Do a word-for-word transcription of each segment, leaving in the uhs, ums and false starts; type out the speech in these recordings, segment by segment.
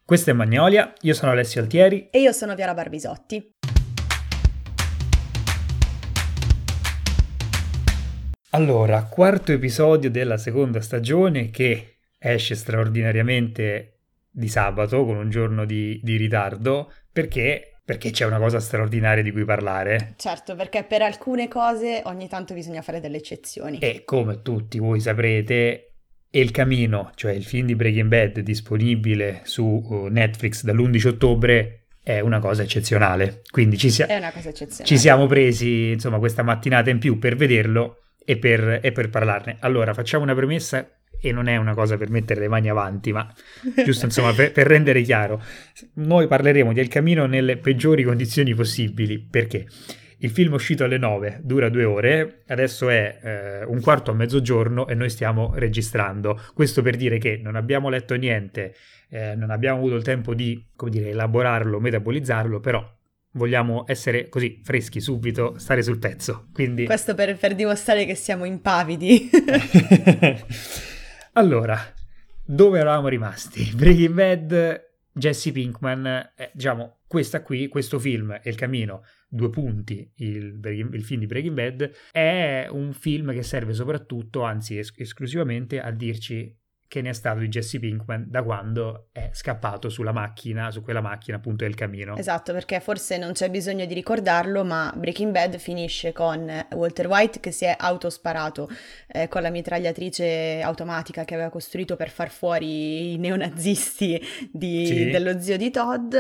Questo è Magnolia, io sono Alessio Altieri. E io sono Chiara Barbisotti. Allora, quarto episodio della seconda stagione che esce straordinariamente di sabato, con un giorno di, di ritardo, perché... Perché c'è una cosa straordinaria di cui parlare. Certo, perché per alcune cose ogni tanto bisogna fare delle eccezioni. E come tutti voi saprete, El Camino, cioè il film di Breaking Bad disponibile su Netflix dall'undici ottobre, è una cosa eccezionale. Quindi ci, sia- È una cosa eccezionale. ci siamo presi, insomma, questa mattinata in più per vederlo e per, e per parlarne. Allora, facciamo una premessa. E non è una cosa per mettere le mani avanti, ma giusto insomma per, per rendere chiaro, noi parleremo di El Camino nelle peggiori condizioni possibili, perché il film è uscito alle nove, dura due ore, adesso è eh, un quarto a mezzogiorno e noi stiamo registrando. Questo per dire che non abbiamo letto niente, eh, non abbiamo avuto il tempo di, come dire, elaborarlo, metabolizzarlo, però vogliamo essere così freschi subito, stare sul pezzo. Quindi... Questo per, per dimostrare che siamo impavidi. Allora, dove eravamo rimasti? Breaking Bad, Jesse Pinkman, eh, diciamo, questa qui, questo film, El Camino, due punti, il, il film di Breaking Bad, è un film che serve soprattutto, anzi es- esclusivamente, a dirci che ne è stato di Jesse Pinkman da quando è scappato sulla macchina, su quella macchina appunto del Camino. Esatto, perché forse non c'è bisogno di ricordarlo, ma Breaking Bad finisce con Walter White che si è autosparato eh, con la mitragliatrice automatica che aveva costruito per far fuori i neonazisti di, Sì. dello zio di Todd,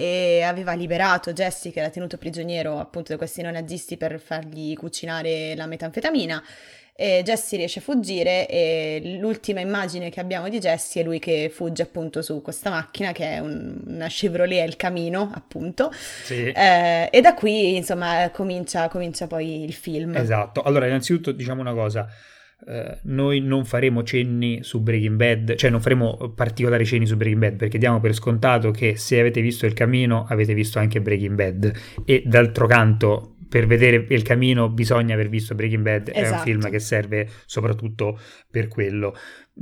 e aveva liberato Jesse che era tenuto prigioniero appunto da questi neonazisti per fargli cucinare la metanfetamina. E Jesse riesce a fuggire e l'ultima immagine che abbiamo di Jesse è lui che fugge appunto su questa macchina che è un, una Chevrolet El Camino appunto. Sì. Eh, e da qui insomma comincia, comincia poi il film. Esatto, allora innanzitutto diciamo una cosa, eh, noi non faremo cenni su Breaking Bad, cioè non faremo particolari cenni su Breaking Bad perché diamo per scontato che se avete visto El Camino avete visto anche Breaking Bad, e d'altro canto per vedere El Camino bisogna aver visto Breaking Bad. Esatto. È un film che serve soprattutto per quello.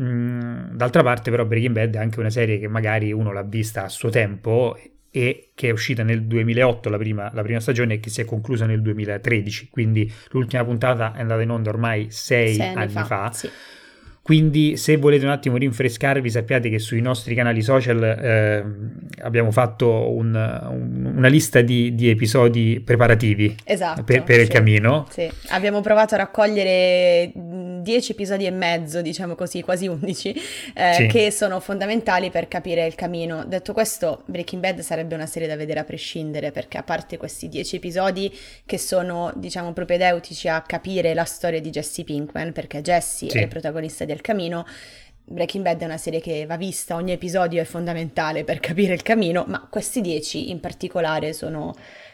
Mm, d'altra parte però Breaking Bad è anche una serie che magari uno l'ha vista a suo tempo e che è uscita nel duemilaotto la prima, la prima stagione e che si è conclusa nel duemilatredici, quindi l'ultima puntata è andata in onda ormai sei, sei anni, anni fa, fa. Sì. Quindi se volete un attimo rinfrescarvi, sappiate che sui nostri canali social eh, abbiamo fatto un, un, una lista di, di episodi preparativi. Esatto, per, per sì, Il Camino. Sì. Abbiamo provato a raccogliere dieci episodi e mezzo, diciamo così, quasi undici, eh, sì. che sono fondamentali per capire Il Camino. Detto questo, Breaking Bad sarebbe una serie da vedere a prescindere, perché a parte questi dieci episodi che sono, diciamo, propedeutici a capire la storia di Jesse Pinkman, perché Jesse sì. è il protagonista di El Camino, Breaking Bad è una serie che va vista, ogni episodio è fondamentale per capire Il Camino, ma questi dieci in particolare sono,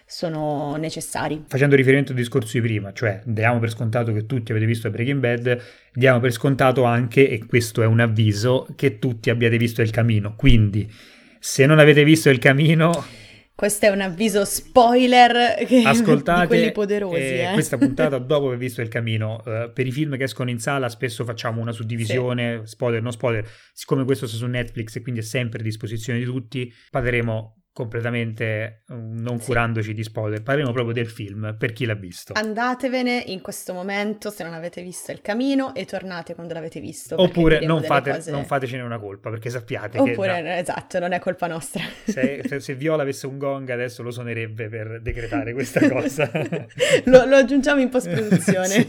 sono necessari. Facendo riferimento al discorso di prima, cioè diamo per scontato che tutti avete visto Breaking Bad, diamo per scontato anche, e questo è un avviso, che tutti abbiate visto Il Camino, quindi se non avete visto Il Camino... Questo è un avviso spoiler che ascoltate di quelli poderosi. eh, eh. questa puntata dopo aver visto Il Camino. Uh, per i film che escono in sala spesso facciamo una suddivisione, sì. spoiler, non spoiler. Siccome questo sta su Netflix e quindi è sempre a disposizione di tutti, parleremo completamente um, non sì. curandoci di spoiler, parleremo proprio del film per chi l'ha visto. Andatevene in questo momento se non avete visto Il Camino e tornate quando l'avete visto. Oppure non, fate, cose... non fatecene una colpa, perché sappiate Oppure, che... No, esatto, non è colpa nostra. Se, se, se Viola avesse un gong adesso lo suonerebbe per decretare questa cosa. lo, lo aggiungiamo in post-produzione. Sì.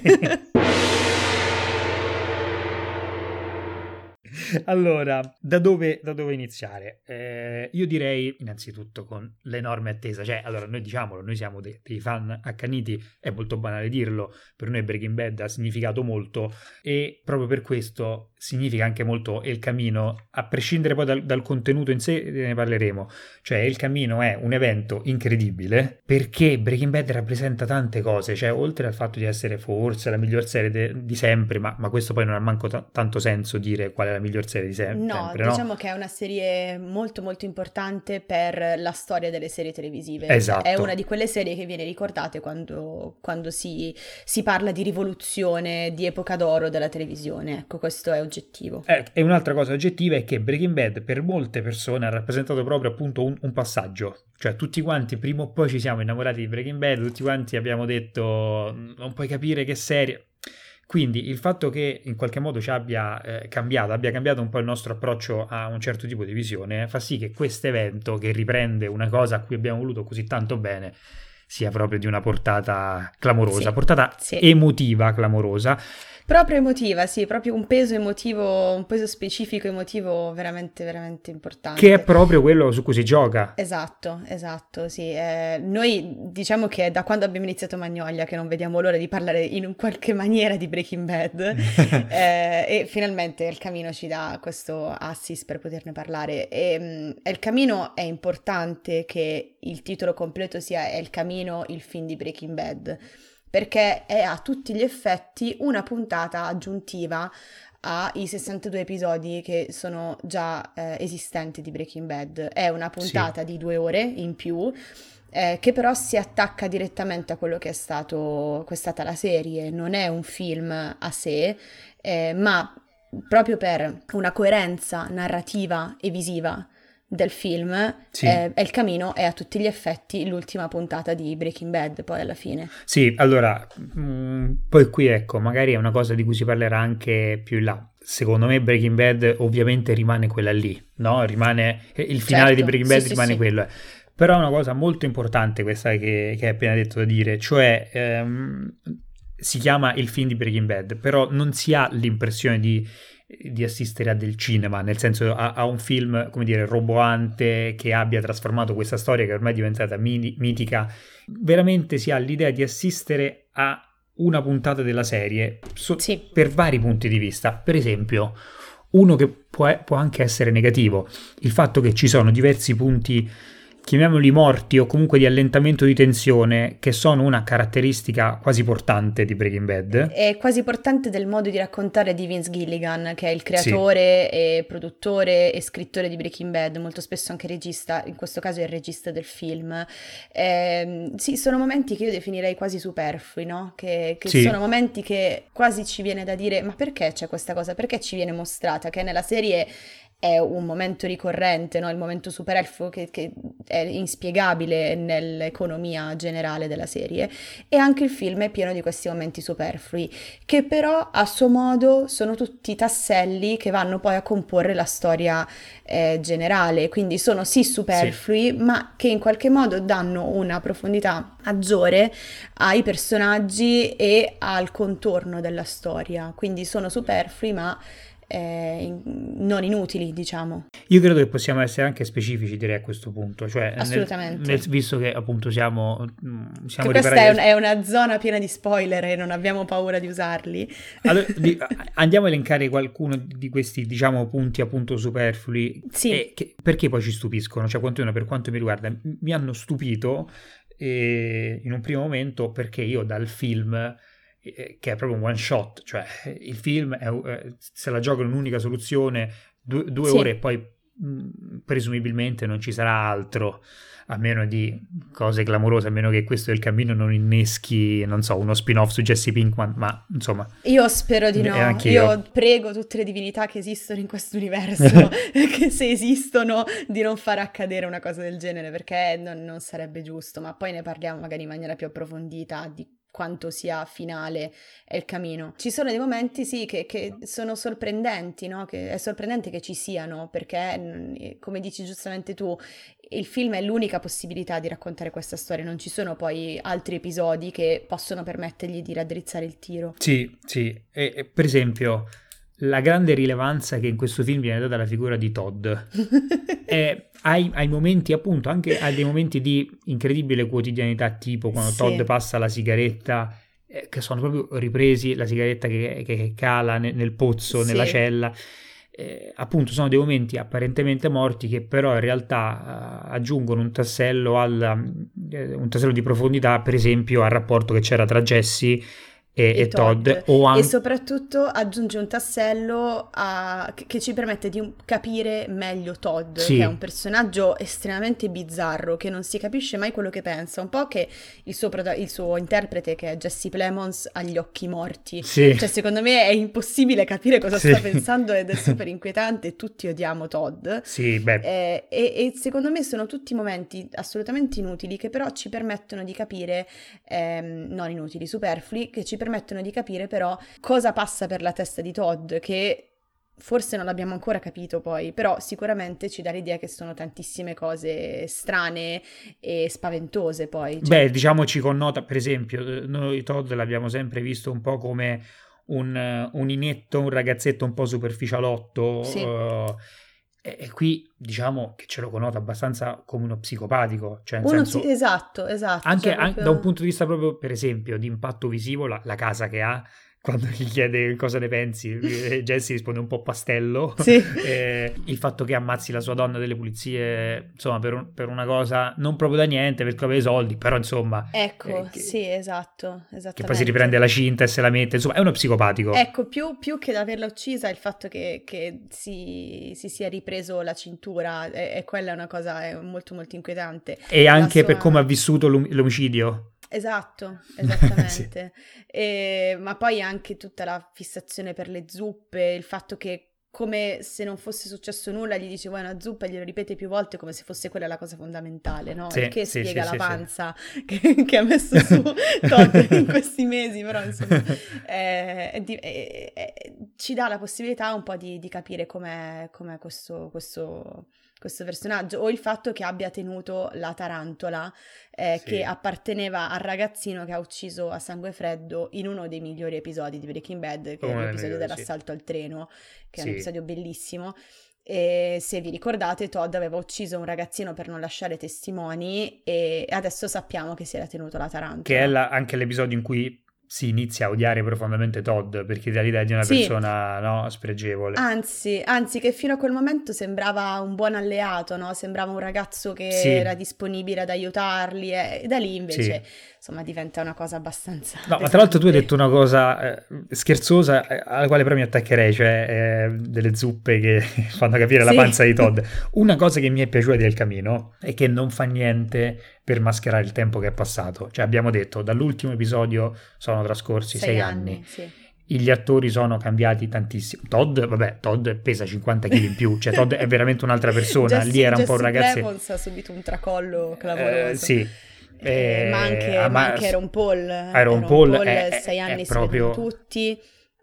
Allora, da dove, da dove iniziare? Eh, io direi innanzitutto con l'enorme attesa, cioè, allora noi diciamolo, noi siamo dei, dei fan accaniti, è molto banale dirlo, per noi Breaking Bad ha significato molto e proprio per questo significa anche molto El Camino, a prescindere poi dal, dal contenuto in sé, ne parleremo, cioè El Camino è un evento incredibile perché Breaking Bad rappresenta tante cose, cioè oltre al fatto di essere forse la miglior serie de, di sempre, ma, ma questo poi non ha manco t- tanto senso dire qual è la miglior serie di sempre. No, sempre, diciamo no? che è una serie molto molto importante per la storia delle serie televisive. Esatto. È una di quelle serie che viene ricordate quando, quando si, si parla di rivoluzione, di epoca d'oro della televisione. Ecco, questo è oggettivo. Eh, e un'altra cosa oggettiva è che Breaking Bad per molte persone ha rappresentato proprio appunto un, un passaggio. Cioè tutti quanti prima o poi ci siamo innamorati di Breaking Bad, tutti quanti abbiamo detto non puoi capire che serie. Quindi il fatto che in qualche modo ci abbia eh, cambiato, abbia cambiato un po' il nostro approccio a un certo tipo di visione, fa sì che questo evento, che riprende una cosa a cui abbiamo voluto così tanto bene, sia proprio di una portata clamorosa, sì, portata sì. emotiva clamorosa. Proprio emotiva, sì, proprio un peso emotivo, un peso specifico emotivo veramente, veramente importante. Che è proprio quello su cui si gioca. Esatto, esatto, sì. Eh, noi diciamo che da quando abbiamo iniziato Magnolia che non vediamo l'ora di parlare in un qualche maniera di Breaking Bad eh, e finalmente El Camino ci dà questo assist per poterne parlare. E, um, El Camino è importante che il titolo completo sia El Camino, il film di Breaking Bad, perché è a tutti gli effetti una puntata aggiuntiva ai sessantadue episodi che sono già eh, esistenti di Breaking Bad. È una puntata sì. di due ore in più, eh, che però si attacca direttamente a quello che è stato, che è stata la serie. Non è un film a sé, eh, ma proprio per una coerenza narrativa e visiva del film, sì. eh, El Camino è a tutti gli effetti l'ultima puntata di Breaking Bad, poi alla fine. Sì, allora, mh, poi qui ecco, magari è una cosa di cui si parlerà anche più in là. Secondo me Breaking Bad ovviamente rimane quella lì, no? Rimane, il finale certo, di Breaking Bad sì, rimane sì, quello. Sì. Però è una cosa molto importante questa che, che hai appena detto da dire, cioè ehm, si chiama il film di Breaking Bad, però non si ha l'impressione di di assistere a del cinema, nel senso a, a un film, come dire, roboante che abbia trasformato questa storia che ormai è diventata mini, mitica. Veramente si ha l'idea di assistere a una puntata della serie so, sì. per vari punti di vista. Per esempio, uno che può, può anche essere negativo, il fatto che ci sono diversi punti, chiamiamoli morti o comunque di allentamento di tensione, che sono una caratteristica quasi portante di Breaking Bad. È quasi portante del modo di raccontare di Vince Gilligan, che è il creatore sì. e produttore e scrittore di Breaking Bad, molto spesso anche regista, in questo caso è il regista del film. Eh, sì, sono momenti che io definirei quasi superflui, no? Che, che sì. sono momenti che quasi ci viene da dire, ma perché c'è questa cosa? Perché ci viene mostrata? Che nella serie è un momento ricorrente, no? Il momento superfluo che, che è inspiegabile nell'economia generale della serie, e anche il film è pieno di questi momenti superflui, che però a suo modo sono tutti tasselli che vanno poi a comporre la storia eh, generale, quindi sono sì superflui, sì. ma che in qualche modo danno una profondità maggiore ai personaggi e al contorno della storia, quindi sono superflui ma Eh, non inutili, diciamo. Io credo che possiamo essere anche specifici, direi, a questo punto, cioè assolutamente nel, nel, visto che appunto siamo, siamo che questa è, un, è una zona piena di spoiler e non abbiamo paura di usarli. Allora, di, andiamo a elencare qualcuno di questi, diciamo, punti appunto superflui sì. e che, perché poi ci stupiscono, cioè quantomeno per quanto mi riguarda mi hanno stupito eh, in un primo momento, perché io dal film, che è proprio un one shot, cioè il film è, se la gioca in un'unica soluzione, due, due sì. ore e poi mh, presumibilmente non ci sarà altro, a meno di cose clamorose, a meno che questo del cammino non inneschi, non so, uno spin-off su Jesse Pinkman, ma insomma io spero di no, io prego tutte le divinità che esistono in questo universo che se esistono di non far accadere una cosa del genere, perché non, non sarebbe giusto, ma poi ne parliamo magari in maniera più approfondita di quanto sia finale El Camino. Ci sono dei momenti, sì, che, che sono sorprendenti, no? Che è sorprendente che ci siano, perché, come dici giustamente tu, il film è l'unica possibilità di raccontare questa storia, non ci sono poi altri episodi che possono permettergli di raddrizzare il tiro. Sì, sì, e, e per esempio la grande rilevanza che in questo film viene data alla figura di Todd è ai, ai momenti, appunto, anche a dei momenti di incredibile quotidianità, tipo quando sì. Todd passa la sigaretta, eh, che sono proprio ripresi, la sigaretta che, che, che cala nel, nel pozzo, sì. nella cella, eh, appunto sono dei momenti apparentemente morti che però in realtà uh, aggiungono un tassello al, uh, un tassello di profondità, per esempio al rapporto che c'era tra Jesse e, e e Todd, Todd. o E anche... soprattutto aggiunge un tassello a- che, che ci permette di un- capire meglio Todd, che è un Sì, personaggio estremamente bizzarro, che non si capisce mai quello che pensa, un po' che il suo, prota- il suo interprete, che è Jesse Plemons, ha gli occhi morti. sì, Cioè, secondo me è impossibile capire cosa sì. sta pensando ed è super inquietante e tutti odiamo Todd. Sì, beh, Eh, e, e secondo me sono tutti momenti assolutamente inutili che però ci permettono di capire, ehm, non inutili, superflui, che ci permettono di capire però cosa passa per la testa di Todd, che forse non l'abbiamo ancora capito poi, però sicuramente ci dà l'idea che sono tantissime cose strane e spaventose poi. Cioè, beh, diciamo ci connota, per esempio, eh, noi Todd l'abbiamo sempre visto un po' come un, eh, un inetto, un ragazzetto un po' sì, superficialotto, eh, e, e qui diciamo che ce lo connota abbastanza come uno psicopatico, cioè nel uno sì, senso, esatto, esatto, anche cioè an- da un proprio... punto di vista proprio, per esempio, di impatto visivo, la, la casa che ha, quando gli chiede cosa ne pensi, eh, Jesse risponde un po' pastello. Sì. Eh, il fatto che ammazzi la sua donna delle pulizie, insomma, per, un- per una cosa non proprio da niente, perché aveva i soldi, però insomma, eh, Ecco, che, sì, esatto, che poi si riprende esattamente. la cinta e se la mette, insomma, è uno psicopatico. Ecco, più, più che l'averla uccisa, il fatto che, che si, si sia ripreso la cintura, e, e quella è una cosa è molto molto inquietante. E La anche per come ha sua... vissuto l'om- l'omicidio. Esatto, Sì. esattamente. E- ma poi anche tutta la fissazione per le zuppe, il fatto che come se non fosse successo nulla gli dice vuoi una zuppa e glielo ripete più volte come se fosse quella la cosa fondamentale, no? Il Sì, che sì, sì, spiega la sì, sì. panza che, che ha messo su Todd in questi mesi, però insomma eh, è di- è- è- ci dà la possibilità un po' di, di capire com'è, com'è questo, questo, questo personaggio, o il fatto che abbia tenuto la tarantola eh, che Sì, apparteneva al ragazzino che ha ucciso a sangue freddo in uno dei migliori episodi di Breaking Bad, che è uno dei l'episodio migliori, sì. dell'assalto al treno, che è un Sì. episodio bellissimo. E se vi ricordate, Todd aveva ucciso un ragazzino per non lasciare testimoni e adesso sappiamo che si era tenuto la Che è tarantola. la- anche l'episodio in cui si inizia a odiare profondamente Todd, perché dà l'idea di una Sì, persona, no, spregevole. anzi, anzi, che fino a quel momento sembrava un buon alleato, no? Sembrava un ragazzo che era Sì, disponibile ad aiutarli e, e da lì sì. invece, insomma, diventa una cosa abbastanza No, ma tra l'altro tu hai detto pesante. una cosa eh, scherzosa, eh, alla quale però mi attaccherei, cioè eh, delle zuppe che fanno capire la Sì, panza di Todd. Una cosa che mi è piaciuta del Camino è che non fa niente per mascherare il tempo che è passato. Cioè abbiamo detto, dall'ultimo episodio sono trascorsi sei sei anni. anni, sì. Gli attori sono cambiati tantissimo. Todd, vabbè, Todd pesa cinquanta chili in più, cioè Todd è veramente un'altra persona. Lì Jesse, era un po' un Jesse ragazzo. Plemons ha subito un tracollo Eh, clamoroso. sì, Eh, ma eh, ah, anche, ma ma anche Aaron Paul, Aaron Aaron Paul Paul, è, sei è- è anni si vedono proprio... tutti.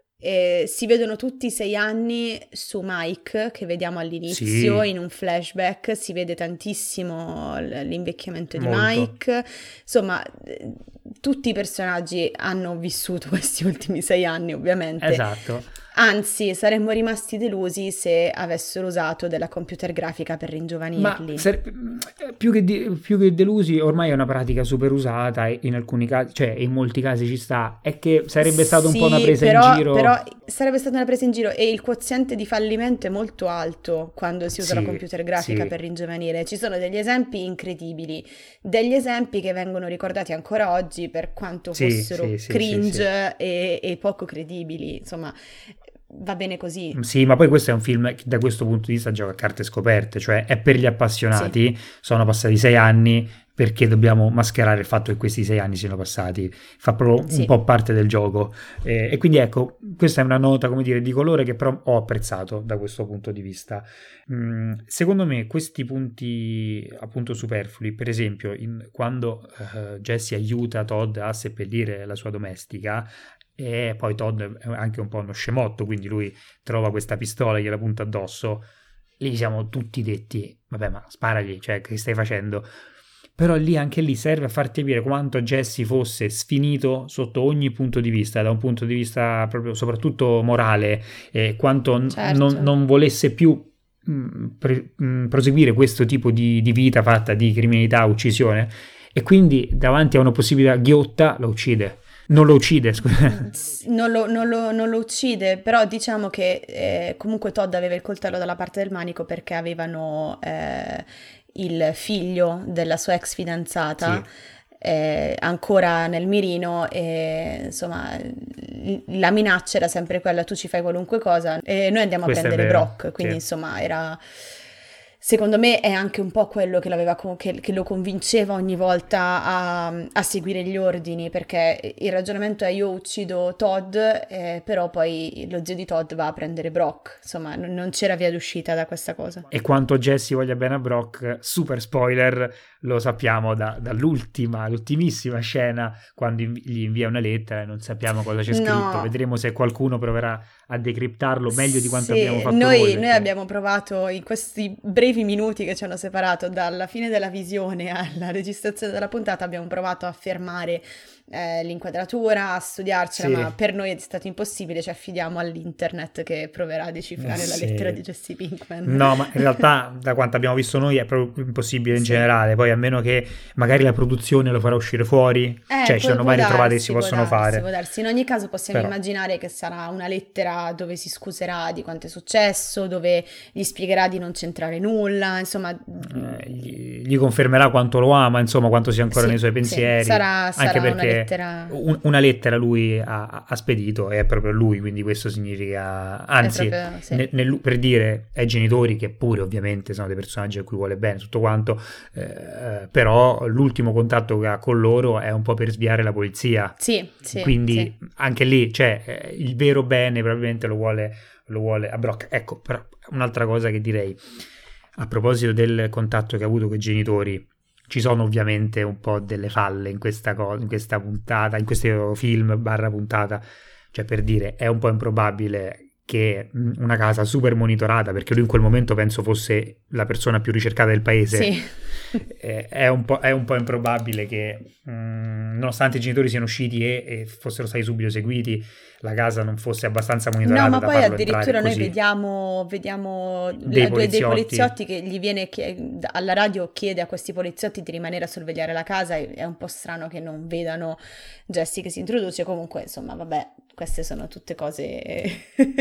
Eh, si vedono tutti i sei anni su Mike, che vediamo all'inizio Sì, in un flashback, si vede tantissimo l- l'invecchiamento di molto. Mike. Insomma, eh, tutti i personaggi hanno vissuto questi ultimi sei anni, ovviamente. Esatto. Anzi, saremmo rimasti delusi se avessero usato della computer grafica per Ma ringiovanirli. ser- più che, di- più che delusi, ormai è una pratica super usata e in alcuni casi, cioè in molti casi ci sta, è che sarebbe stata un po' una Sì, presa in però, però giro. sarebbe stata una presa in giro e il quoziente di fallimento è molto alto quando si usa la Sì, computer grafica sì, per ringiovanire. Ci sono degli esempi incredibili, degli esempi che vengono ricordati ancora oggi per quanto sì, sì, fossero sì, sì, sì. cringe e, e poco credibili. Insomma, va bene così. Sì, ma poi questo è un film che da questo punto di vista gioca a carte scoperte, cioè è per gli Sì, appassionati, sono passati sei anni, perché dobbiamo mascherare il fatto che questi sei anni siano passati, fa proprio un sì. po' parte del gioco. Eh, e quindi ecco, questa è una nota, come dire, di colore che però ho apprezzato da questo punto di vista. Mm, secondo me questi punti appunto superflui, per esempio in- quando eh, Jesse aiuta Todd a seppellire la sua domestica, e poi Todd è anche un po' uno scemotto, quindi lui trova questa pistola e gliela punta addosso. Lì siamo tutti detti, vabbè, ma sparagli, cioè, che stai facendo? Però lì, anche lì, serve a farti capire quanto Jesse fosse sfinito sotto ogni punto di vista, da un punto di vista proprio soprattutto morale, e quanto n- non, Certo. non volesse più mh, pre- mh, proseguire questo tipo di, di vita fatta di criminalità, uccisione, e quindi davanti a una possibilità ghiotta lo uccide. Non lo uccide, scusa. S- Non lo, non lo- non lo uccide, però diciamo che eh, comunque Todd aveva il coltello dalla parte del manico perché avevano eh, il figlio della sua ex fidanzata Sì, eh, ancora nel mirino e insomma la minaccia era sempre quella: tu ci fai qualunque cosa e noi andiamo Questo a prendere Brock, quindi sì. insomma era... Secondo me è anche un po' quello che, l'aveva, che, che lo convinceva ogni volta a, a seguire gli ordini, perché il ragionamento è: io uccido Todd, eh, però poi lo zio di Todd va a prendere Brock, insomma non, non c'era via d'uscita da questa cosa. E quanto Jesse voglia bene a Brock, super spoiler, lo sappiamo da, dall'ultima, l'ultimissima scena, quando inv- gli invia una lettera e non sappiamo cosa c'è scritto. No. Vedremo se qualcuno proverà a decriptarlo meglio di quanto sì, abbiamo fatto noi. noi. Noi perché... abbiamo provato in questi brevi minuti che ci hanno separato dalla fine della visione alla registrazione della puntata, abbiamo provato a fermare eh, l'inquadratura, a studiarcela, Sì. ma per noi è stato impossibile, ci affidiamo all'internet che proverà a decifrare Eh, la sì. lettera di Jesse Pinkman. No, ma in realtà da quanto abbiamo visto noi è proprio impossibile in sì. generale, poi a meno che magari la produzione lo farà uscire fuori, eh, cioè ci sono varie darsi, trovate che si possono darsi, fare. Può darsi. In ogni caso possiamo Però... immaginare che sarà una lettera dove si scuserà di quanto è successo, dove gli spiegherà di non c'entrare nulla, insomma... Eh, gli, gli confermerà quanto lo ama, insomma, quanto sia ancora sì, nei suoi pensieri. Sì. Sarà, sarà anche perché una lettera... Un, una lettera lui ha, ha spedito e è proprio lui, quindi questo significa... Anzi, proprio, sì. nel, nel, per dire ai genitori, che pure ovviamente sono dei personaggi a cui vuole bene, tutto quanto, eh, però l'ultimo contatto che ha con loro è un po' per sviare la polizia. Sì, sì. Quindi sì. anche lì, cioè, eh, il vero bene probabilmente lo vuole, lo vuole a Brock. Ecco, però un'altra cosa che direi, a proposito del contatto che ha avuto con i genitori, ci sono ovviamente un po' delle falle in questa, co- in questa puntata, in questo film barra puntata, cioè per dire, è un po' improbabile che una casa super monitorata, perché lui in quel momento penso fosse la persona più ricercata del paese, sì. eh, è, un po', è un po' improbabile che mh, nonostante i genitori siano usciti e, e fossero stati subito seguiti, la casa non fosse abbastanza monitorata. No, ma da poi farlo addirittura noi così. vediamo, vediamo dei, la, poliziotti. dei poliziotti che gli viene alla radio, chiede a questi poliziotti di rimanere a sorvegliare la casa. È un po' strano che non vedano Jesse che si introduce. Comunque, insomma, vabbè, queste sono tutte cose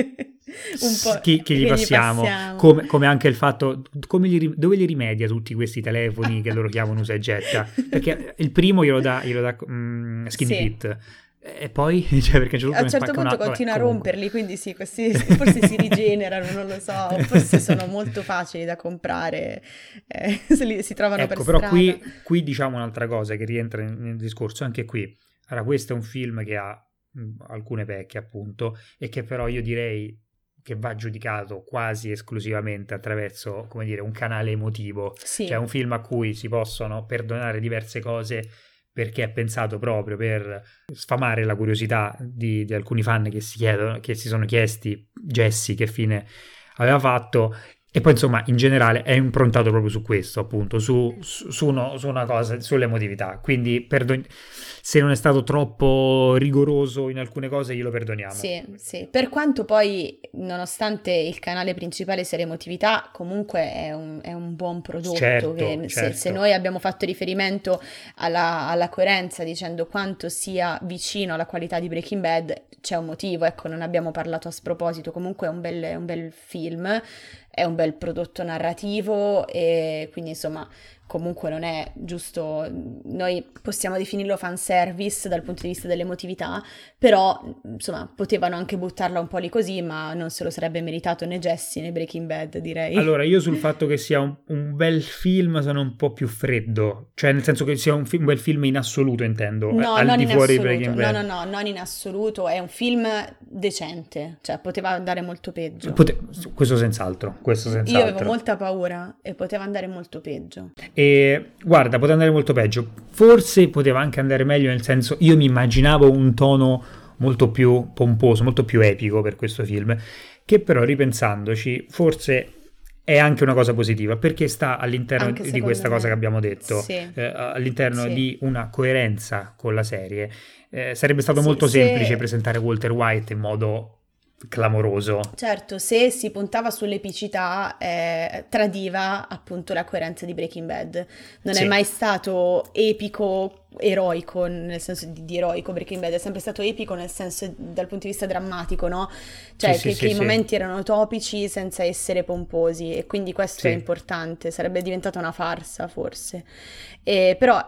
un po' che, che gli passiamo, gli passiamo. Come, come anche il fatto come gli, dove li rimedia tutti questi telefoni che loro chiamano usa e getta, perché il primo glielo dà, glielo dà um, Skinny sì. Pete. E poi, cioè, perché a un certo punto una... continua Vabbè, a romperli, quindi sì, questi forse si rigenerano, non lo so, forse sono molto facili da comprare, eh, se li, si trovano ecco, per però strada. qui, qui diciamo un'altra cosa che rientra nel discorso, anche qui. Allora, questo è un film che ha mh, alcune pecche, appunto, e che però io direi che va giudicato quasi esclusivamente attraverso, come dire, un canale emotivo. Sì. Cioè un film a cui si possono perdonare diverse cose perché è pensato proprio per sfamare la curiosità di, di alcuni fan che si chiedono, che si sono chiesti Jesse che fine aveva fatto, e poi insomma in generale è improntato proprio su questo, appunto, su, su, su, uno, su una cosa, sull'emotività, quindi perdon- se non è stato troppo rigoroso in alcune cose glielo perdoniamo. Sì, sì, per quanto poi nonostante il canale principale sia l'emotività, comunque è un, è un buon prodotto, certo, che certo. Se, se noi abbiamo fatto riferimento alla, alla coerenza dicendo quanto sia vicino alla qualità di Breaking Bad, c'è un motivo, ecco, non abbiamo parlato a sproposito, comunque è un bel, è un bel film, è un bel prodotto narrativo e quindi insomma comunque non è giusto, noi possiamo definirlo fanservice dal punto di vista dell'emotività, però insomma potevano anche buttarla un po' lì così, ma non se lo sarebbe meritato né Jesse né Breaking Bad, direi. Allora io sul fatto che sia un, un bel film sono un po' più freddo, cioè nel senso che sia un, film, un bel film in assoluto, intendo, no, al non di in fuori assoluto. di Breaking Bad. No, no, no, non in assoluto, è un film decente, cioè poteva andare molto peggio. Pote- questo senz'altro, questo senz'altro. Io avevo molta paura e poteva andare molto peggio. E guarda, poteva andare molto peggio, forse poteva anche andare meglio, nel senso, io mi immaginavo un tono molto più pomposo, molto più epico per questo film, che però ripensandoci forse è anche una cosa positiva, perché sta all'interno Anche di questa me. cosa che abbiamo detto, sì. eh, all'interno sì. di una coerenza con la serie. Eh, sarebbe stato sì, molto se... semplice presentare Walter White in modo clamoroso. Certo, se si puntava sull'epicità eh, tradiva appunto la coerenza di Breaking Bad. Non sì. è mai stato epico, eroico, nel senso di, di eroico Breaking Bad, è sempre stato epico nel senso dal punto di vista drammatico, no? Cioè sì, che, sì, che sì, i momenti erano utopici senza essere pomposi e quindi questo sì. è importante, sarebbe diventata una farsa forse. E, però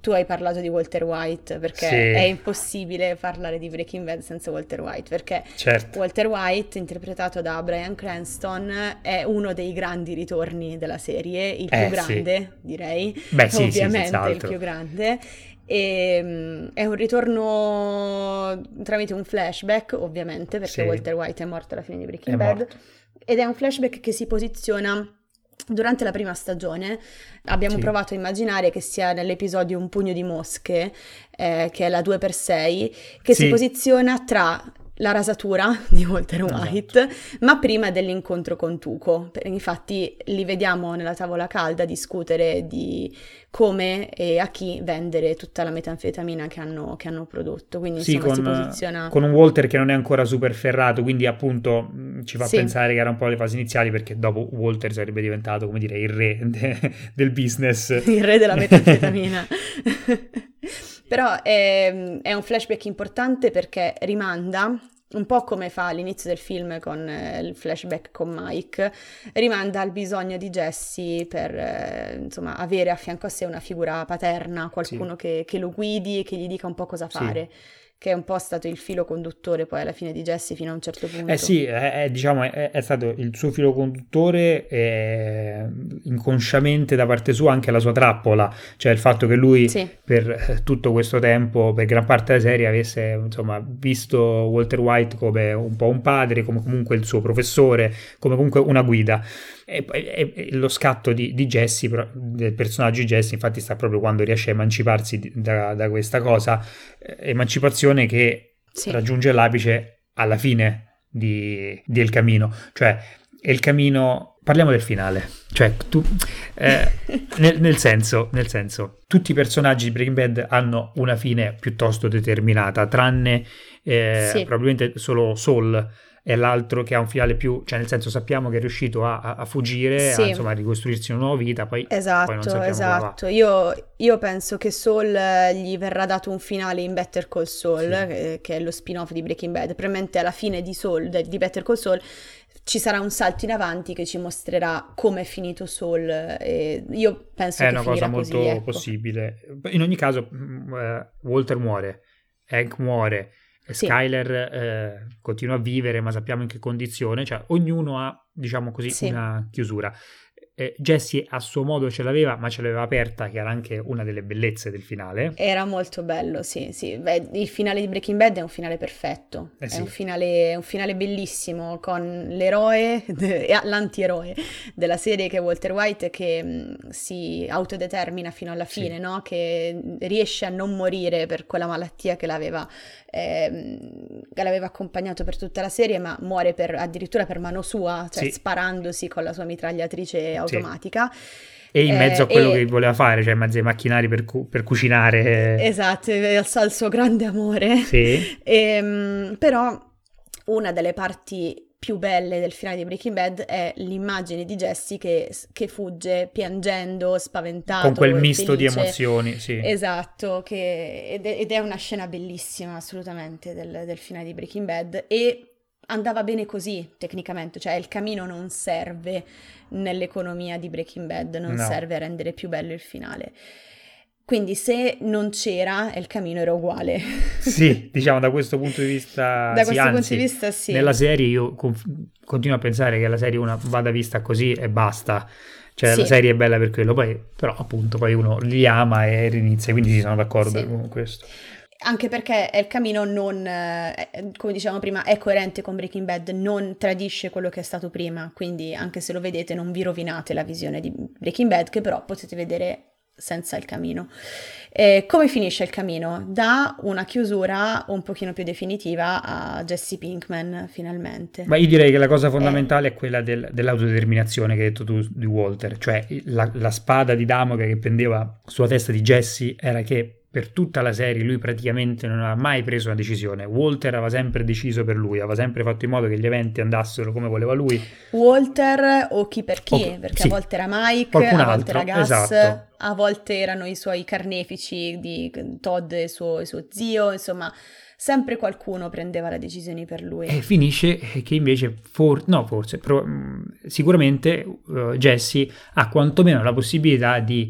tu hai parlato di Walter White, perché Sì. è impossibile parlare di Breaking Bad senza Walter White, perché Certo. Walter White, interpretato da Bryan Cranston, è uno dei grandi ritorni della serie, il più Eh, grande, sì. direi, Beh, sì, sì, ovviamente il senz'altro. più grande. E, mm, è un ritorno tramite un flashback, ovviamente, perché Sì. Walter White è morto alla fine di Breaking È Bad, morto. ed è un flashback che si posiziona durante la prima stagione. Abbiamo Sì. provato a immaginare che sia nell'episodio Un pugno di mosche, eh, che è la due per sei, che si Sì. posiziona tra la rasatura di Walter Esatto. White, ma prima dell'incontro con Tuco. Per- Infatti li vediamo nella tavola calda discutere di come e a chi vendere tutta la metanfetamina che hanno, che hanno prodotto. Quindi Sì, insomma si con, posiziona... con un Walter che non è ancora super ferrato, quindi appunto mh, ci fa Sì. pensare che era un po' le fasi iniziali, perché dopo Walter sarebbe diventato, come dire, il re de- del business. Il re della metanfetamina. Però è, è un flashback importante perché rimanda, un po' come fa all'inizio del film con eh, il flashback con Mike, rimanda al bisogno di Jesse per eh, insomma avere a fianco a sé una figura paterna, qualcuno Sì. che, che lo guidi e che gli dica un po' cosa Sì. fare, che è un po' stato il filo conduttore poi alla fine di Jesse fino a un certo punto. Eh sì, è, è, diciamo, è, è stato il suo filo conduttore, eh, inconsciamente da parte sua anche la sua trappola, cioè il fatto che lui Sì. per eh, tutto questo tempo, per gran parte della serie, avesse insomma visto Walter White come un po' un padre, come comunque il suo professore, come comunque una guida. E, e, e lo scatto di, di Jesse, del personaggio di Jesse, infatti sta proprio quando riesce a emanciparsi di- da, da questa cosa, eh, emancipazione che Sì. raggiunge l'apice alla fine di, di El Camino, cioè El Camino, parliamo del finale, cioè tu, eh, nel, nel senso, nel senso, tutti i personaggi di Breaking Bad hanno una fine piuttosto determinata, tranne eh, Sì. probabilmente solo Saul è l'altro che ha un finale più, cioè nel senso sappiamo che è riuscito a, a, a fuggire, Sì. a, insomma, a ricostruirsi una nuova vita, poi, poi non Esatto, sappiamo come va. esatto. Io, io penso che Saul eh, gli verrà dato un finale in Better Call Saul, Sì. che, che è lo spin-off di Breaking Bad. Probabilmente alla fine di, Saul, de- di Better Call Saul ci sarà un salto in avanti che ci mostrerà come è finito Saul. E io penso È che una finirà cosa molto così, ecco. possibile. In ogni caso, mh, eh, Walter muore, Hank muore, e Sì. Skyler eh, continua a vivere, ma sappiamo in che condizione, cioè ognuno ha, diciamo così, Sì. una chiusura. Eh, Jesse a suo modo ce l'aveva, ma ce l'aveva aperta, che era anche una delle bellezze del finale. Era molto bello, sì, sì. Beh, il finale di Breaking Bad è un finale perfetto, Eh è sì. un finale, è un finale bellissimo con l'eroe e l'antieroe della serie che è Walter White, che mh, si autodetermina fino alla Sì. fine, no? Che riesce a non morire per quella malattia che l'aveva, ehm, che l'aveva accompagnato per tutta la serie, ma muore per, addirittura per mano sua, cioè Sì. sparandosi con la sua mitragliatrice automatica. E in mezzo Eh, a quello e- che voleva fare, cioè in mezzo ai macchinari per, cu- per cucinare. Esatto, al al suo grande amore. Sì. Ehm, però una delle parti più belle del finale di Breaking Bad è l'immagine di Jesse che, che fugge piangendo, spaventato Con quel e misto di felice. emozioni, sì. Esatto, che, ed, è, ed è una scena bellissima assolutamente del, del finale di Breaking Bad e andava bene così tecnicamente, cioè il camino non serve nell'economia di Breaking Bad, non No. serve a rendere più bello il finale. Quindi se non c'era, il camino era uguale. Sì, diciamo da questo punto di vista, Da sì, questo anzi, punto di vista sì. nella serie io conf- continuo a pensare che la serie una vada vista così e basta, cioè Sì. la serie è bella per quello, poi però appunto poi uno li ama e rinizia, quindi sì, sono d'accordo Sì. con questo. Anche perché El Camino non, eh, come dicevamo prima, è coerente con Breaking Bad, non tradisce quello che è stato prima, quindi anche se lo vedete non vi rovinate la visione di Breaking Bad, che però potete vedere senza Il Camino. Eh, come finisce Il Camino? Dà una chiusura un pochino più definitiva a Jesse Pinkman, finalmente. Ma io direi che la cosa fondamentale è quella del- dell'autodeterminazione che hai detto tu di Walter, cioè la, la spada di Damocle che pendeva sulla testa di Jesse era che per tutta la serie lui praticamente non aveva mai preso una decisione. Walter aveva sempre deciso per lui, aveva sempre fatto in modo che gli eventi andassero come voleva lui. Walter o chi per chi, O- perché sì. a volte era Mike, Qualcun a volte altro, era Gus, esatto. a volte erano i suoi carnefici di Todd e suo, e suo zio, insomma, sempre qualcuno prendeva le decisioni per lui. E finisce che invece, for- no forse, pro- mh, sicuramente uh, Jesse ha quantomeno la possibilità di, di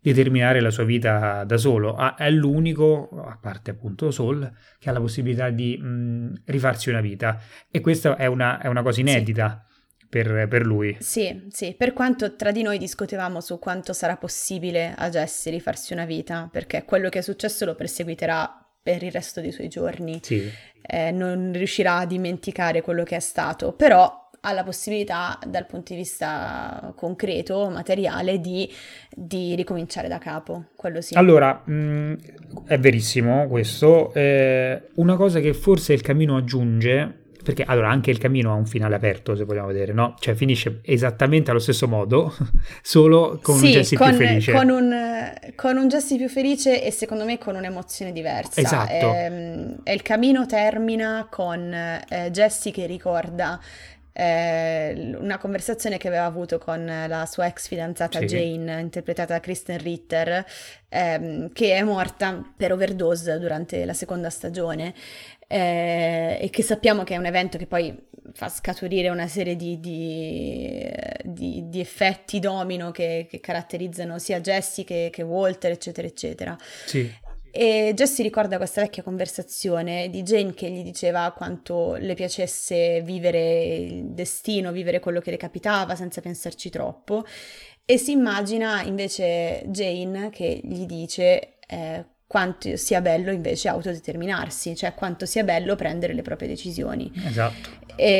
determinare la sua vita da solo. Ah, è l'unico, a parte appunto Saul, che ha la possibilità di mh, rifarsi una vita, e questa è una, è una cosa inedita. Sì. Per, per lui. Sì, sì, per quanto tra di noi discutevamo su quanto sarà possibile a Jesse rifarsi una vita, perché quello che è successo lo perseguiterà per il resto dei suoi giorni, sì. eh, non riuscirà a dimenticare quello che è stato, però ha la possibilità dal punto di vista concreto, materiale, di, di ricominciare da capo, quello sì. Allora, mh, è verissimo questo, eh, una cosa che forse il Camino aggiunge, perché allora anche il Camino ha un finale aperto, se vogliamo vedere, no? Cioè finisce esattamente allo stesso modo, solo con sì, un Jesse con, più felice. Con un, con un Jesse più felice e secondo me con un'emozione diversa. Esatto. E, e il Camino termina con eh, Jesse che ricorda eh, una conversazione che aveva avuto con la sua ex fidanzata sì. Jane, interpretata da Kristen Ritter, ehm, che è morta per overdose durante la seconda stagione. Eh, e che sappiamo che è un evento che poi fa scaturire una serie di, di, di, di effetti domino che, che caratterizzano sia Jesse che, che Walter, eccetera, eccetera. Sì. E Jesse ricorda questa vecchia conversazione di Jane che gli diceva quanto le piacesse vivere il destino, vivere quello che le capitava senza pensarci troppo, e si immagina invece Jane che gli dice eh, quanto sia bello invece autodeterminarsi, cioè quanto sia bello prendere le proprie decisioni. Esatto.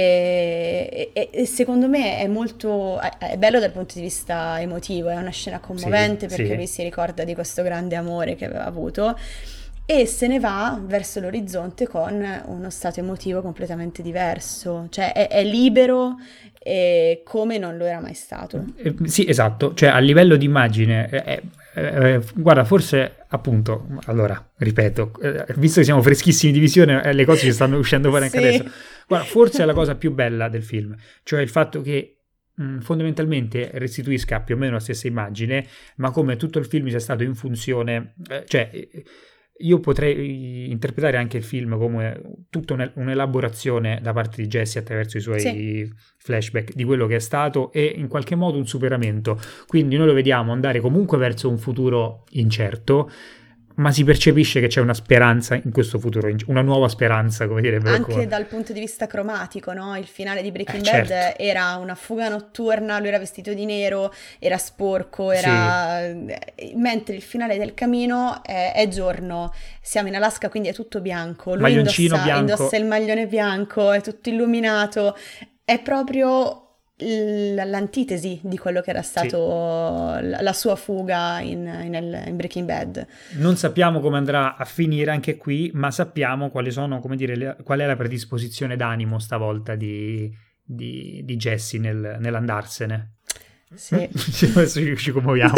E, e, e secondo me è molto è bello dal punto di vista emotivo, è una scena commovente sì, perché sì. lui si ricorda di questo grande amore che aveva avuto e se ne va verso l'orizzonte con uno stato emotivo completamente diverso, cioè è, è libero e come non lo era mai stato. Eh, sì, esatto, cioè a livello di immagine è, Eh, guarda, forse appunto, allora, ripeto, eh, visto che siamo freschissimi di visione, eh, le cose ci stanno uscendo fuori anche sì. adesso. Guarda, forse è la cosa più bella del film, cioè il fatto che mh, fondamentalmente restituisca più o meno la stessa immagine, ma come tutto il film sia stato in funzione, eh, cioè io potrei interpretare anche il film come tutta un'elaborazione da parte di Jesse attraverso i suoi sì. flashback di quello che è stato e in qualche modo un superamento. Quindi noi lo vediamo andare comunque verso un futuro incerto, ma si percepisce che c'è una speranza in questo futuro, una nuova speranza, come direbbe anche qualcuno. Dal punto di vista cromatico, no? Il finale di Breaking eh, Bad certo. era una fuga notturna, lui era vestito di nero, era sporco, era sì. mentre il finale del Camino è, è giorno, siamo in Alaska, quindi è tutto bianco, lui indossa, bianco. indossa il maglione bianco, è tutto illuminato, è proprio l'antitesi di quello che era stato sì. la sua fuga in, in, in Breaking Bad. Non sappiamo come andrà a finire anche qui, ma sappiamo quali sono, come dire, le, qual è la predisposizione d'animo stavolta di, di, di Jesse nel, nell'andarsene. Sì. Adesso ci, ci commuoviamo.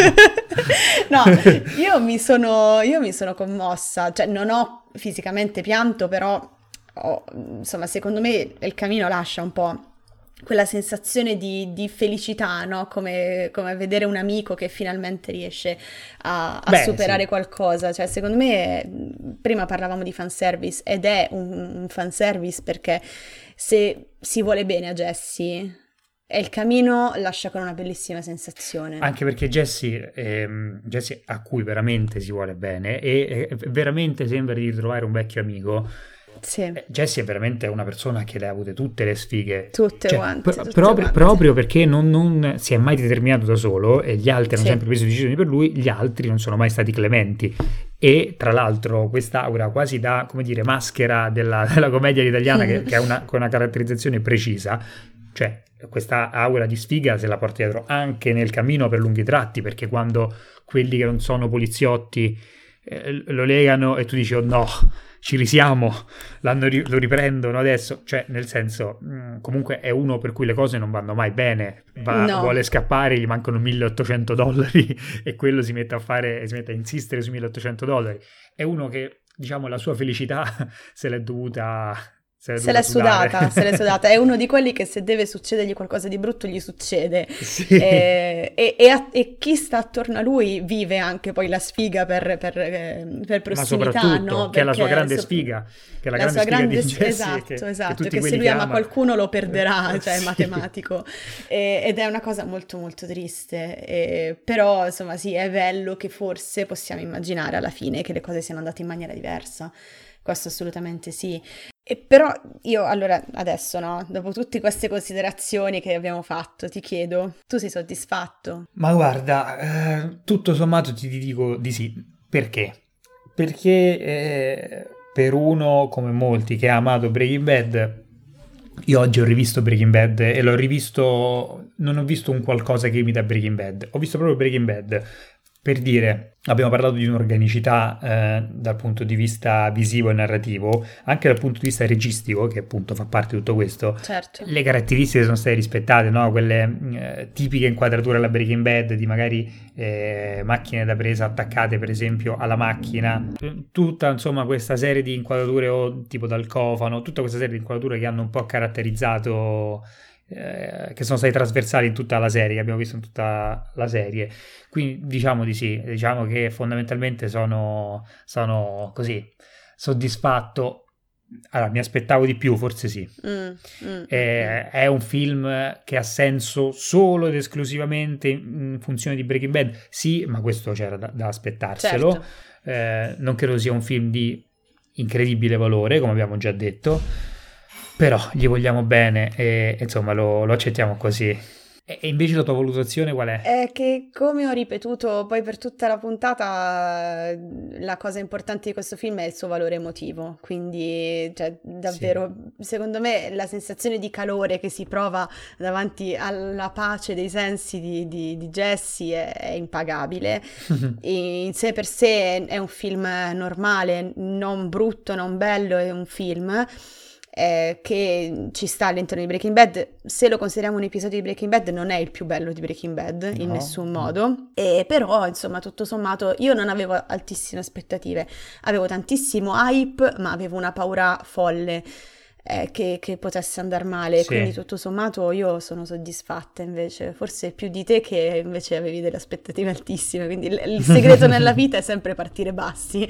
No, io mi sono io mi sono commossa, cioè non ho fisicamente pianto, però ho, insomma, secondo me il Camino lascia un po' quella sensazione di, di felicità, no? Come, come vedere un amico che finalmente riesce a, a Beh, superare sì. qualcosa. Cioè, secondo me, prima parlavamo di fanservice, ed è un, un fanservice perché se si vuole bene a Jesse, il Camino lascia con una bellissima sensazione. Anche perché Jesse, ehm, Jesse a cui veramente si vuole bene e eh, veramente sembra di ritrovare un vecchio amico. Sì. Jesse è veramente una persona che le ha avute tutte le sfighe, tutte cioè, quante, pro- tutte proprio, quante. proprio perché non, non si è mai determinato da solo e gli altri hanno sì. sempre preso decisioni per lui, gli altri non sono mai stati clementi. E tra l'altro quest'aura quasi da, come dire, maschera della, della commedia italiana che, che ha una, una caratterizzazione precisa, cioè questa aura di sfiga se la porta dietro anche nel Camino per lunghi tratti, perché quando quelli che non sono poliziotti eh, lo legano e tu dici oh no, ci risiamo, l'hanno ri- lo riprendono adesso, cioè nel senso mh, comunque è uno per cui le cose non vanno mai bene, Va, no. vuole scappare, gli mancano milleottocento dollari e quello si mette a fare, si mette a insistere sui milleottocento dollari, è uno che diciamo la sua felicità se l'è dovuta Se l'è, se l'è sudata, se l'è sudata. È uno di quelli che se deve succedergli qualcosa di brutto gli succede. Sì. E, e, e, a, e chi sta attorno a lui vive anche poi la sfiga per, per, per prossimità, ma soprattutto, no? che è la sua Perché grande so, sfiga, che è la, la grande sua sfiga grande di Jesse, esatto, che, esatto, che, che se che lui ama, ama qualcuno lo perderà, cioè sì. è matematico. E, ed è una cosa molto molto triste. E, però insomma sì, è bello che forse possiamo immaginare alla fine che le cose siano andate in maniera diversa. Questo assolutamente sì. E però io allora adesso no, dopo tutte queste considerazioni che abbiamo fatto, ti chiedo, tu sei soddisfatto? Ma guarda, eh, tutto sommato ti dico di sì. Perché? Perché eh, per uno come molti che ha amato Breaking Bad, io oggi ho rivisto Breaking Bad e l'ho rivisto, non ho visto un qualcosa che imita Breaking Bad, ho visto proprio Breaking Bad. Per dire, abbiamo parlato di un'organicità eh, dal punto di vista visivo e narrativo, anche dal punto di vista registico, che appunto fa parte di tutto questo. Certo. Le caratteristiche sono state rispettate, no? Quelle eh, tipiche inquadrature alla Breaking Bad, di magari eh, macchine da presa attaccate per esempio alla macchina, tutta insomma questa serie di inquadrature o tipo dal cofano, tutta questa serie di inquadrature che hanno un po' caratterizzato... Eh, che sono stati trasversali in tutta la serie, che abbiamo visto in tutta la serie. Quindi diciamo di sì, diciamo che fondamentalmente sono, sono così soddisfatto. Allora, mi aspettavo di più, forse sì. Mm, mm, eh, mm. È un film che ha senso solo ed esclusivamente in funzione di Breaking Bad? Sì, ma questo c'era da, da aspettarselo. Certo. Eh, non credo sia un film di incredibile valore, come abbiamo già detto. Però gli vogliamo bene e insomma lo, lo accettiamo così. E, e invece la tua valutazione qual è? È che, come ho ripetuto poi per tutta la puntata, la cosa importante di questo film è il suo valore emotivo. Quindi, cioè, davvero, sì. Secondo me la sensazione di calore che si prova davanti alla pace dei sensi di, di, di Jesse è, è impagabile. E in sé per sé è un film normale, non brutto, non bello, è un film... Eh, che ci sta all'interno di Breaking Bad. Se lo consideriamo un episodio di Breaking Bad, non è il più bello di Breaking Bad, no, in nessun modo. E però, insomma, tutto sommato, io non avevo altissime aspettative, avevo tantissimo hype, ma avevo una paura folle eh, che, che potesse andare male. Sì. Quindi tutto sommato io sono soddisfatta invece, forse più di te che invece avevi delle aspettative altissime. Quindi il, il segreto nella vita è sempre partire bassi.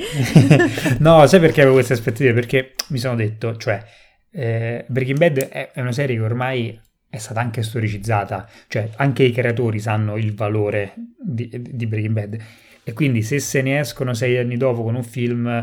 No, sai perché avevo queste aspettative? Perché mi sono detto, cioè Eh, Breaking Bad è, è una serie che ormai è stata anche storicizzata, cioè anche i creatori sanno il valore di, di Breaking Bad e quindi se se ne escono sei anni dopo con un film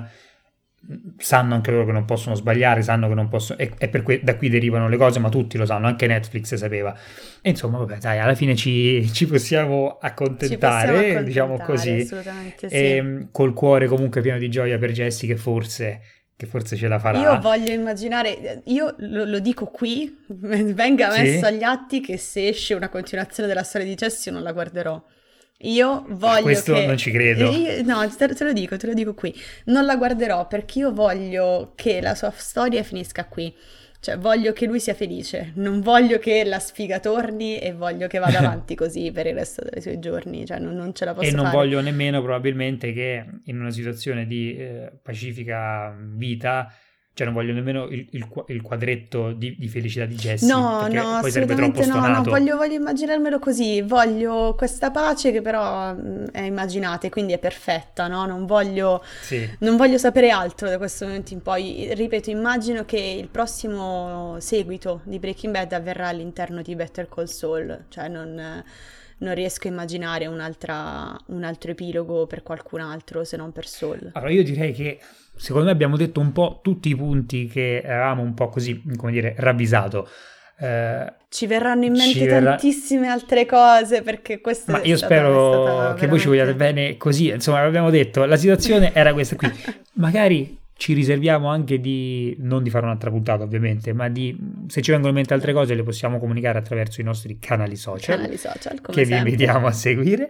sanno anche loro che non possono sbagliare, sanno che non possono e, e per que- da qui derivano le cose, ma tutti lo sanno, anche Netflix sapeva e insomma vabbè dai, alla fine ci, ci possiamo accontentare, ci possiamo accontentare diciamo così, assolutamente sì. E col cuore comunque pieno di gioia per Jesse che forse che forse ce la farà. Io voglio immaginare, io lo, lo dico qui, venga messo sì? agli atti che se esce una continuazione della storia di Jesse non la guarderò. Io voglio Questo che... non ci credo. Io, no, te, te lo dico, te lo dico qui. Non la guarderò perché io voglio che la sua storia finisca qui. Cioè, voglio che lui sia felice, non voglio che la sfiga torni e voglio che vada avanti così per il resto dei suoi giorni, cioè non, non ce la posso fare. E non fare. Voglio nemmeno probabilmente che in una situazione di eh, pacifica vita, cioè non voglio nemmeno il, il, il quadretto di, di felicità di Jesse, no, perché no, poi sarebbe troppo stonato. No, no, voglio, voglio immaginarmelo così, voglio questa pace che però mh, è immaginata e quindi è perfetta, no? Non voglio, sì. non voglio sapere altro da questo momento in poi. Ripeto, immagino che il prossimo seguito di Breaking Bad avverrà all'interno di Better Call Saul, cioè non... non riesco a immaginare un'altra, un altro epilogo per qualcun altro se non per Saul. Allora io direi che secondo me abbiamo detto un po' tutti i punti che avevamo un po' così, come dire, ravvisato. Eh, ci verranno in mente verrà... tantissime altre cose perché questa ma è io stata, spero è stata che veramente... voi ci vogliate bene così, insomma abbiamo detto la situazione era questa qui, magari ci riserviamo anche di non di fare un'altra puntata ovviamente, ma di se ci vengono in mente altre cose le possiamo comunicare attraverso i nostri canali social, canali social come che sempre. Vi invitiamo a seguire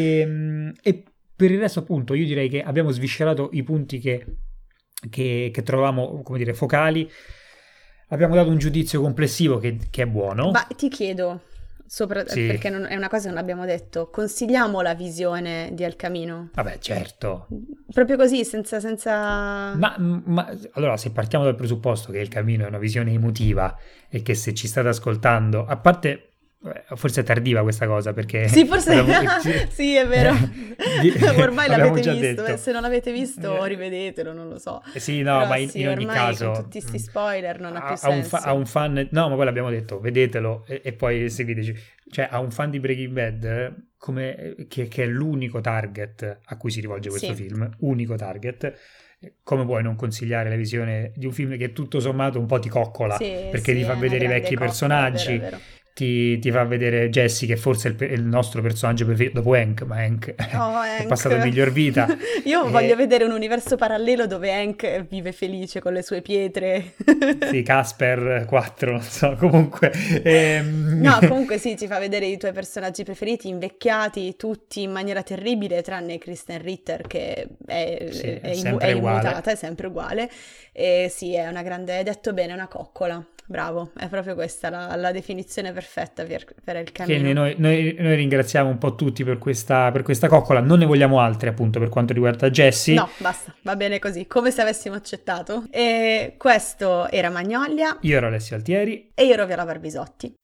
e, e per il resto appunto io direi che abbiamo sviscerato i punti che, che, che trovavamo come dire focali, abbiamo dato un giudizio complessivo che, che è buono. Ma ti chiedo Sopra, sì. Perché non, è una cosa che non abbiamo detto, consigliamo la visione di El Camino? Vabbè certo, proprio così, senza... senza... Ma, ma allora, se partiamo dal presupposto che Il Camino è una visione emotiva e che se ci state ascoltando, a parte... Forse è tardiva questa cosa perché... Sì, forse... abbiamo... sì, è vero. Ormai l'avete visto, detto. Se non l'avete visto rivedetelo, non lo so. Sì, no, Però ma in, sì, in ogni ormai caso... con tutti sti spoiler non ha più a senso. Un fa, a un fan... No, ma poi l'abbiamo detto, vedetelo e, e poi seguiteci. Cioè, a un fan di Breaking Bad, come, che, che è l'unico target a cui si rivolge questo Sì. film, unico target... Come puoi non consigliare la visione di un film che tutto sommato un po' ti coccola, Sì, perché sì, ti fa è una vedere i grande vecchi coccola, personaggi, è vero, è vero. Ti, ti fa vedere Jesse, che forse è il, è il nostro personaggio preferito dopo Hank, ma Hank, Oh, è Hank. passato miglior vita. Io e... voglio vedere un universo parallelo dove Hank vive felice con le sue pietre. Sì, Casper quattro, non so, comunque... Ehm... No, comunque sì, ti fa vedere i tuoi personaggi preferiti invecchiati, tutti in maniera terribile, tranne Kristen Ritter che è, sì, è, è, immu- sempre è uguale. immutata, è sempre uguale. E sì, è una grande, hai detto bene, è una coccola. Bravo, è proprio questa la, la definizione perfetta per, per Il Camino. Che noi, noi, noi ringraziamo un po' tutti per questa, per questa coccola, non ne vogliamo altre appunto per quanto riguarda Jessie. No, basta, va bene così, come se avessimo accettato. E questo era Magnolia. Io ero Alessio Altieri. E io ero Viola Barbisotti.